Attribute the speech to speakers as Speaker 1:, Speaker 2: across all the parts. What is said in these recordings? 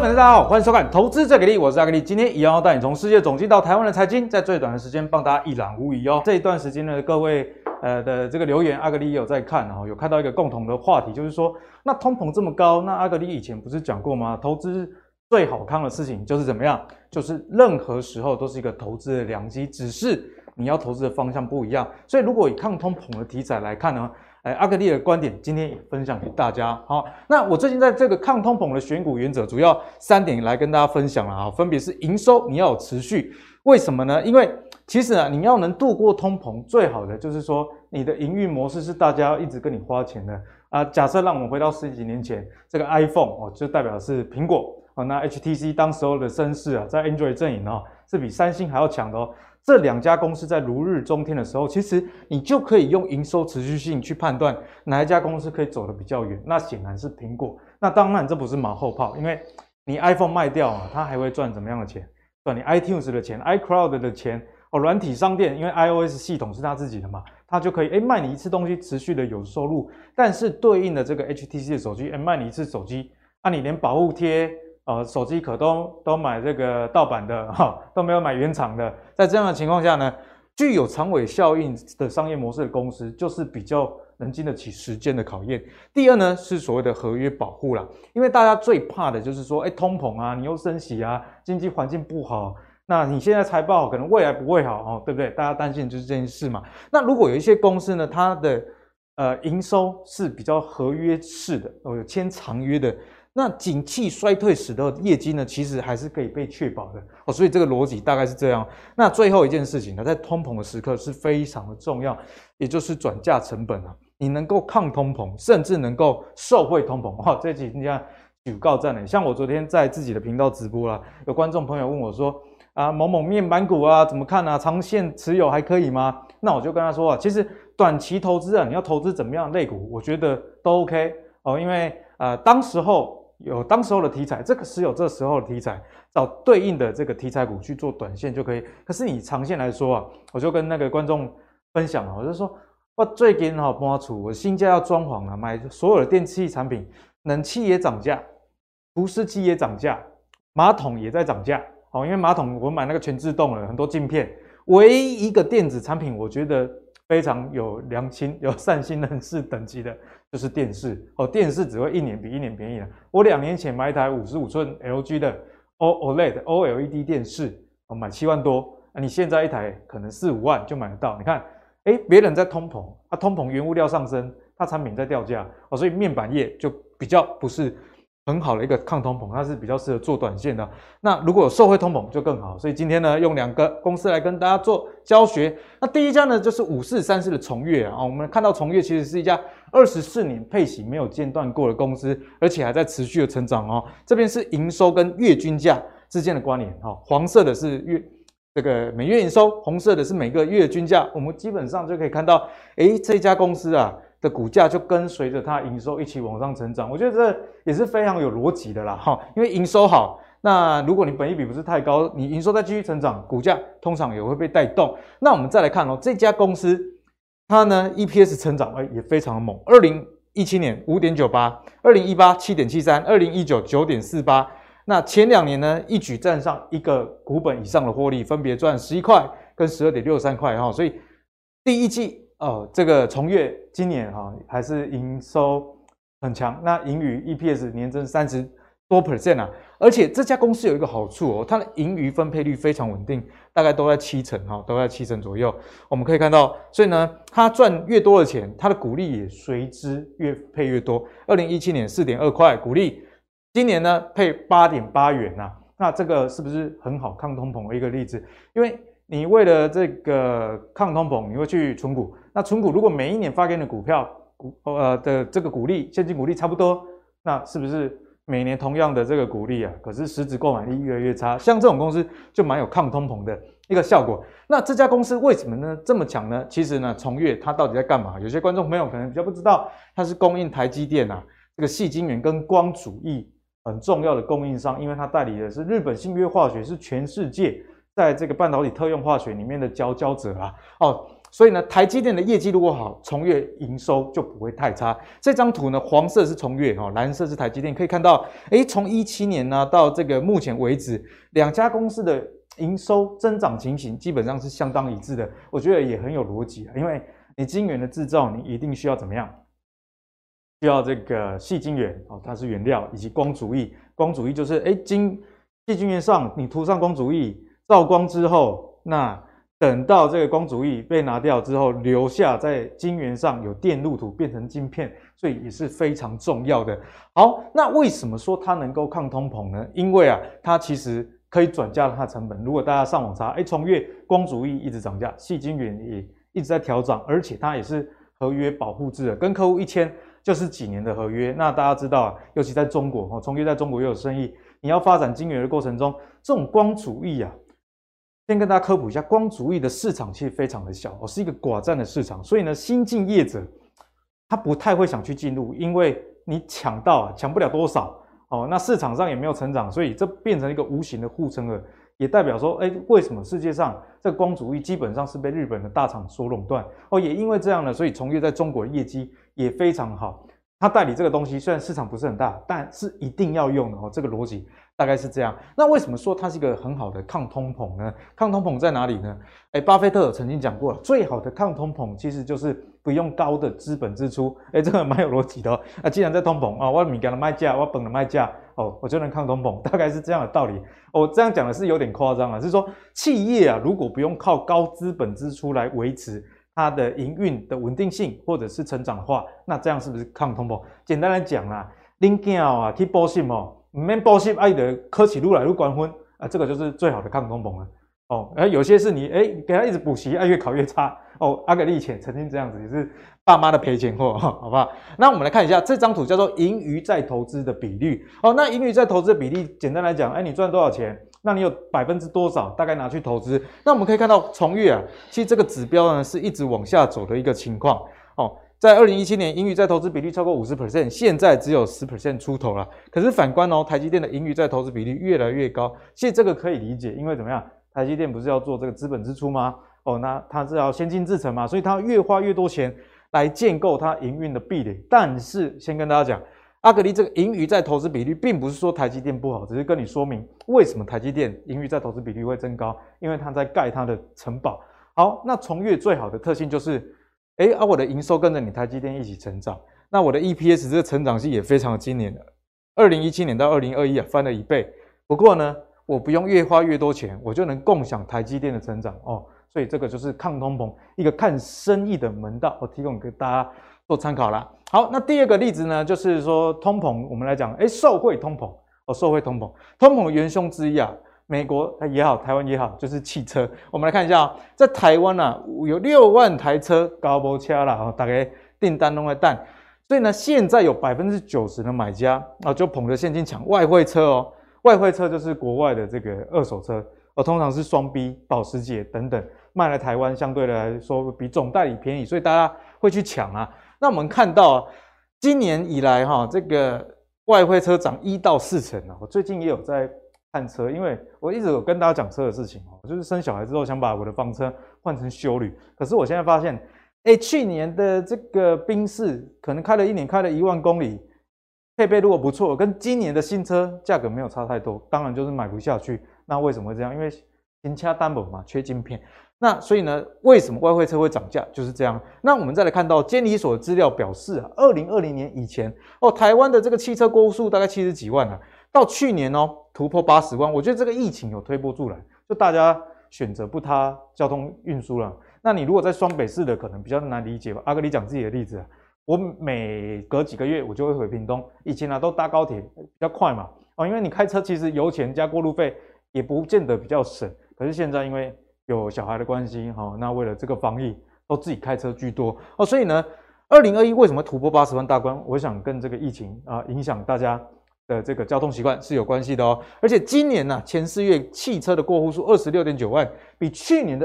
Speaker 1: 粉大家好，欢迎收看《投资最给力》，我是阿格力。今天一样要带你从世界总经到台湾的财经，在最短的时间帮大家一览无遗哦。这一段时间呢，各位的这个留言，阿格力也有在看哦，有看到一个共同的话题，就是说，那通膨这么高，那阿格力以前不是讲过吗？投资最好康的事情就是怎么样？就是任何时候都是一个投资的良机，只是你要投资的方向不一样。所以，如果以抗通膨的题材来看呢？阿格力的观点今天也分享给大家。好，那我最近在这个抗通膨的选股原则，主要3点来跟大家分享了啊，分别是营收你要有持续，为什么呢？因为其实啊，你要能度过通膨，最好的就是说你的营运模式是大家要一直跟你花钱的啊。假设让我们回到10几年前，这个 iPhone 哦，就代表是苹果哦，那 HTC 当时候的声势啊，在 Android 阵营哦，是比三星还要强的哦。这2家公司在如日中天的时候，其实你就可以用营收持续性去判断哪一家公司可以走得比较远。那显然是苹果。那当然这不是马后炮，因为你 iPhone 卖掉啊，它还会赚怎么样的钱？赚你 iTunes 的钱、iCloud 的钱哦，软体商店，因为 iOS 系统是它自己的嘛，它就可以卖你一次东西持续的有收入。但是对应的这个 HTC 的手机，卖你一次手机，你连保护贴。手机壳都买这个盗版的都没有买原厂的。在这样的情况下呢，具有长尾效应的商业模式的公司，就是比较能经得起时间的考验。第二呢，是所谓的合约保护啦，因为大家最怕的就是说，通膨啊，你又升息啊，经济环境不好，那你现在财报好，可能未来不会好哦，对不对？大家担心的就是这件事嘛。那如果有一些公司呢，它的营收是比较合约式的，有签长约的。那景气衰退时的业绩呢，其实还是可以被确保的哦，所以这个逻辑大概是这样。那最后一件事情呢，在通膨的时刻是非常的重要，也就是转嫁成本啊，你能够抗通膨，甚至能够受惠通膨哇，这几天举告赞的。像我昨天在自己的频道直播啦，有观众朋友问我说啊，某某面板股啊怎么看啊？长线持有还可以吗？那我就跟他说啊，其实短期投资啊，你要投资怎么样的类股，我觉得都 OK 哦，因为当时候的题材，这个是有这时候的题材，找对应的这个题材股去做短线就可以。可是你长线来说啊，我就跟那个观众分享啊，我就说，我最近搬厝，我新家要装潢了，买所有的电器产品，冷气也涨价，除湿机也涨价，马桶也在涨价。因为马桶我买那个全自动了，很多镜片，唯一一个电子产品，我觉得非常有良心、有善心人士等级的。就是电视电视只会一年比一年便宜了。我2年前买一台55寸 LG 的 OLED 电视，买7万多，你现在一台可能4、5万就买得到。你看，别人在通膨，通膨原物料上升，它产品在掉价所以面板业就比较不是很好的一个抗通膨，它是比较适合做短线的。那如果有受惠通膨就更好。所以今天呢，用2个公司来跟大家做教学。那第一家呢，就是5434的崇越我们看到崇越其实是一家24年配息没有间断过的公司，而且还在持续的成长这边是营收跟月均价之间的关联黄色的是这个每月营收，红色的是每个月均价。我们基本上就可以看到，这家公司啊的股价就跟随着它营收一起往上成长。我觉得这也是非常有逻辑的啦因为营收好，那如果你本益比不是太高，你营收再继续成长，股价通常也会被带动。那我们再来看这家公司它呢 EPS 成长也非常的猛，2017年 5.98， 2018 7.73， 2019 9.48。那前2年呢，一举站上一个股本以上的获利，分别赚11块跟 12.63 块所以第一季这个崇越今年还是营收很强，那盈余 EPS 年增30多%而且这家公司有一个好处它的盈余分配率非常稳定，大概都在70%都在70%左右。我们可以看到，所以呢，它赚越多的钱，它的股利也随之越配越多。2017年 4.2 块股利，今年呢配 8.8 元那这个是不是很好抗通膨的一个例子？因为你为了这个抗通膨，你会去存股，那存股如果每一年发给你的股票的这个股利，现金股利差不多，那是不是每年同样的这个股利可是实质购买力越来越差？像这种公司就蛮有抗通膨的一个效果。那这家公司为什么呢这么强呢？其实呢，崇越它到底在干嘛？有些观众朋友可能比较不知道，它是供应台积电这个矽晶圆跟光阻液很重要的供应商，因为它代理的是日本信越化学，是全世界在这个半导体特用化学里面的佼佼者所以呢，台积电的业绩如果好，崇越营收就不会太差。这张图呢，黄色是崇越，蓝色是台积电，可以看到，从17年呢到这个目前为止，两家公司的营收增长情形基本上是相当一致的，我觉得也很有逻辑啊，因为你晶圆的制造，你一定需要怎么样？需要这个矽晶圆它是原料，以及光阻液。光阻液就是矽晶圆上你涂上光阻液，照光之后，那等到这个光阻液被拿掉之后，留下在晶圆上有电路图变成晶片，所以也是非常重要的。好，那为什么说它能够抗通膨呢？因为它其实可以转嫁它的成本。如果大家上网查，崇越光阻液一直涨价，矽晶圆也一直在调涨，而且它也是合约保护制的，跟客户一签就是几年的合约。那大家知道尤其在中国崇越在中国又有生意，你要发展晶圆的过程中，这种光阻液先跟大家科普一下，光阻液的市场其实非常的小是一个寡占的市场，所以呢，新进业者他不太会想去进入，因为你抢到抢不了多少那市场上也没有成长，所以这变成一个无形的护城河，也代表说，为什么世界上这个光阻液基本上是被日本的大厂所垄断也因为这样呢，所以崇越在中国的业绩也非常好。他代理这个东西虽然市场不是很大，但是一定要用的这个逻辑大概是这样。那为什么说它是一个很好的抗通膨呢？抗通膨在哪里呢？巴菲特曾经讲过了，最好的抗通膨其实就是不用高的资本支出。这个蛮有逻辑的既然在通膨我米给它卖价，我本的卖价我就能抗通膨，大概是这样的道理。这样讲的是有点夸张是说企业如果不用靠高资本支出来维持它的营运的稳定性或者是成长化，那这样是不是抗通膨？简单来讲恁囝去补习不免补习的考试愈来愈高分这个就是最好的抗通膨了有些是你给他一直补习越考越差阿格力以前曾经这样子，也是爸妈的赔钱货好不好？那我们来看一下这张图，叫做盈余再投资的比率那盈余再投资的比例简单来讲你赚多少钱，那你有多少大概拿去投资。那我们可以看到崇越其实这个指标呢是一直往下走的一个情况在2017年盈余再投资比率超过 50%， 现在只有 10% 出头了。可是反观台积电的盈余再投资比率越来越高，其实这个可以理解，因为怎么样，台积电不是要做这个资本支出吗那它是要先进制程嘛，所以它越花越多钱来建构它营运的壁垒。但是先跟大家讲，阿格力这个盈余再投资比率并不是说台积电不好，只是跟你说明为什么台积电盈余再投资比率会增高，因为它在盖它的城堡。好，那崇越最好的特性就是我的营收跟着你台积电一起成长，那我的 EPS 这个成长性也非常的惊人的，2017年到2021翻了1倍。不过呢，我不用越花越多钱，我就能共享台积电的成长所以这个就是抗通膨一个看生意的门道，我提供给大家做参考啦。好，那第二个例子呢，就是说通膨，我们来讲受惠通膨受惠通膨的元凶之一美国也好，台湾也好，就是汽车。我们来看一下在台湾有6万台车高波车啦大概订单都在等，所以呢，现在有 90% 的买家就捧着现金抢外汇车外汇车就是国外的这个二手车通常是双 B、保时捷等等，卖来台湾相对来说比总代理便宜，所以大家会去抢那我们看到今年以来这个外汇车涨1到4成我最近也有在看车，因为我一直有跟大家讲车的事情就是生小孩之后想把我的房车换成休旅，可是我现在发现去年的这个宾士可能开了1年开了1万公里，配备如果不错，跟今年的新车价格没有差太多，当然就是买不下去。那为什么会这样？因为新车单本嘛，缺晶片。那所以呢，为什么外汇车会涨价？就是这样。那我们再来看到监理所的资料表示2020年以前台湾的这个汽车过户数大概70几万到去年突破80万。我觉得这个疫情有推波助澜，就大家选择不搭交通运输了。那你如果在双北市的可能比较难理解吧。阿格里讲自己的例子我每隔几个月我就会回屏东，以前都搭高铁比较快嘛因为你开车其实油钱加过路费也不见得比较省，可是现在因为有小孩的关系那为了这个防疫都自己开车居多所以呢2021为什么突破80万大关？我想跟这个疫情影响大家的这个交通习惯是有关系的而且今年前4月汽车的过户数 26.9 万，比去年的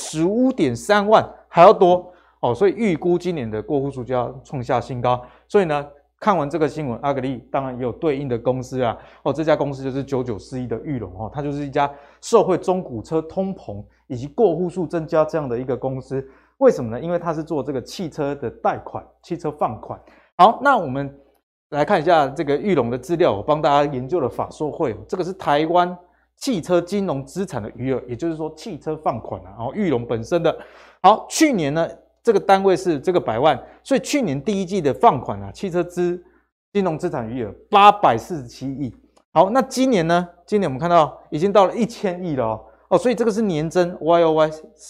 Speaker 1: 25.3 万还要多所以预估今年的过户数就要创下新高。所以呢，看完这个新闻，阿格力当然也有对应的公司这家公司就是9941的裕隆它就是一家受惠中古车通膨以及过户数增加这样的一个公司。 为什么呢？因为它是做这个汽车的贷款、汽车放款。好，那我们来看一下这个裕隆的资料，我帮大家研究了法说会，这个是台湾汽车金融资产的余额，也就是说汽车放款然后裕隆本身的。好，去年呢这个单位是这个100万，所以去年第一季的放款汽车金融资产余额847亿。好，那今年呢？今年我们看到已经到了1000亿了所以这个是年增 YOY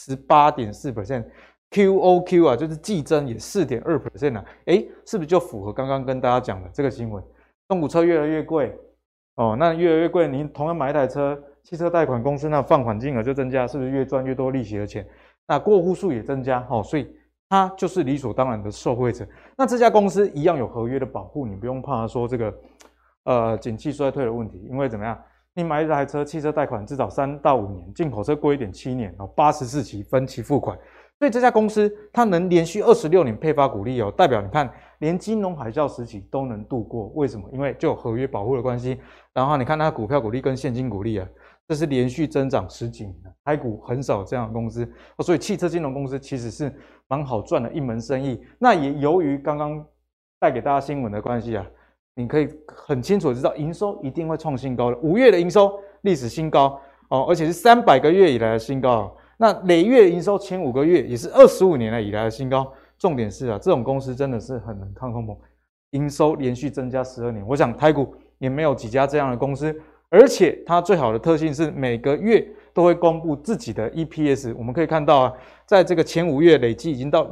Speaker 1: 18.4%。QOQ 就是季增也4.2%是不是就符合刚刚跟大家讲的这个新闻？中古车越来越贵那越来越贵，你同样买一台车，汽车贷款公司那放款金额就增加，是不是越赚越多利息的钱？那过户数也增加所以它就是理所当然的受惠者。那这家公司一样有合约的保护，你不用怕说这个景气衰退的问题，因为怎么样？你买一台车，汽车贷款至少3到5年，进口车贵一点7年84期分期付款。所以这家公司它能连续26年配发股利代表你看连金融海啸时期都能度过。为什么？因为就有合约保护的关系。然后你看它股票股利跟现金股利这是连续增长10几年了，台股很少这样的公司所以汽车金融公司其实是蛮好赚的一门生意。那也由于刚刚带给大家新闻的关系你可以很清楚的知道营收一定会创新高的，5月的营收历史新高而且是300个月以来的新高那累月营收前5个月也是25年以来的新高。重点是这种公司真的是很能抗通膨，营收连续增加12年，我想台股也没有几家这样的公司。而且它最好的特性是每个月都会公布自己的 EPS， 我们可以看到在这个前5月累计已经到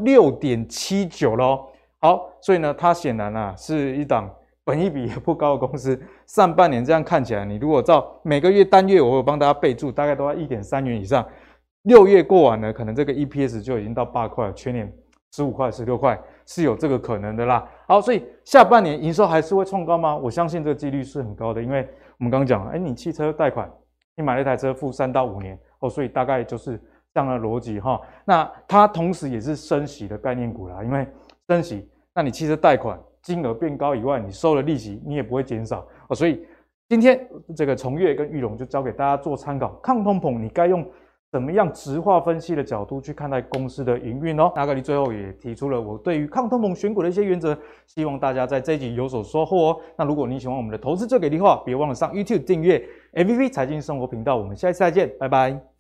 Speaker 1: 6.79 了好，所以呢它显然是一档本益比也不高的公司。上半年这样看起来，你如果照每个月单月我有帮大家备注，大概都在 1.3 元以上。6月过完了，可能这个 EPS 就已经到8块了，全年15块、16块是有这个可能的啦。好，所以下半年营收还是会创高吗？我相信这个几率是很高的，因为我们刚刚讲了，你汽车贷款，你买了一台车付3到5年所以大概就是这样的逻辑那它同时也是升息的概念股啦，因为升息，那你汽车贷款金额变高以外，你收的利息你也不会减少所以今天这个崇越跟裕隆就交给大家做参考。抗通膨你该用怎么样质化分析的角度去看待公司的营运阿格力最后也提出了我对于抗通膨选股的一些原则，希望大家在这一集有所收获那如果你喜欢我们的投资最给力的话，别忘了上 YouTube 订阅 AVP 财经生活频道。我们下一次再见，拜拜。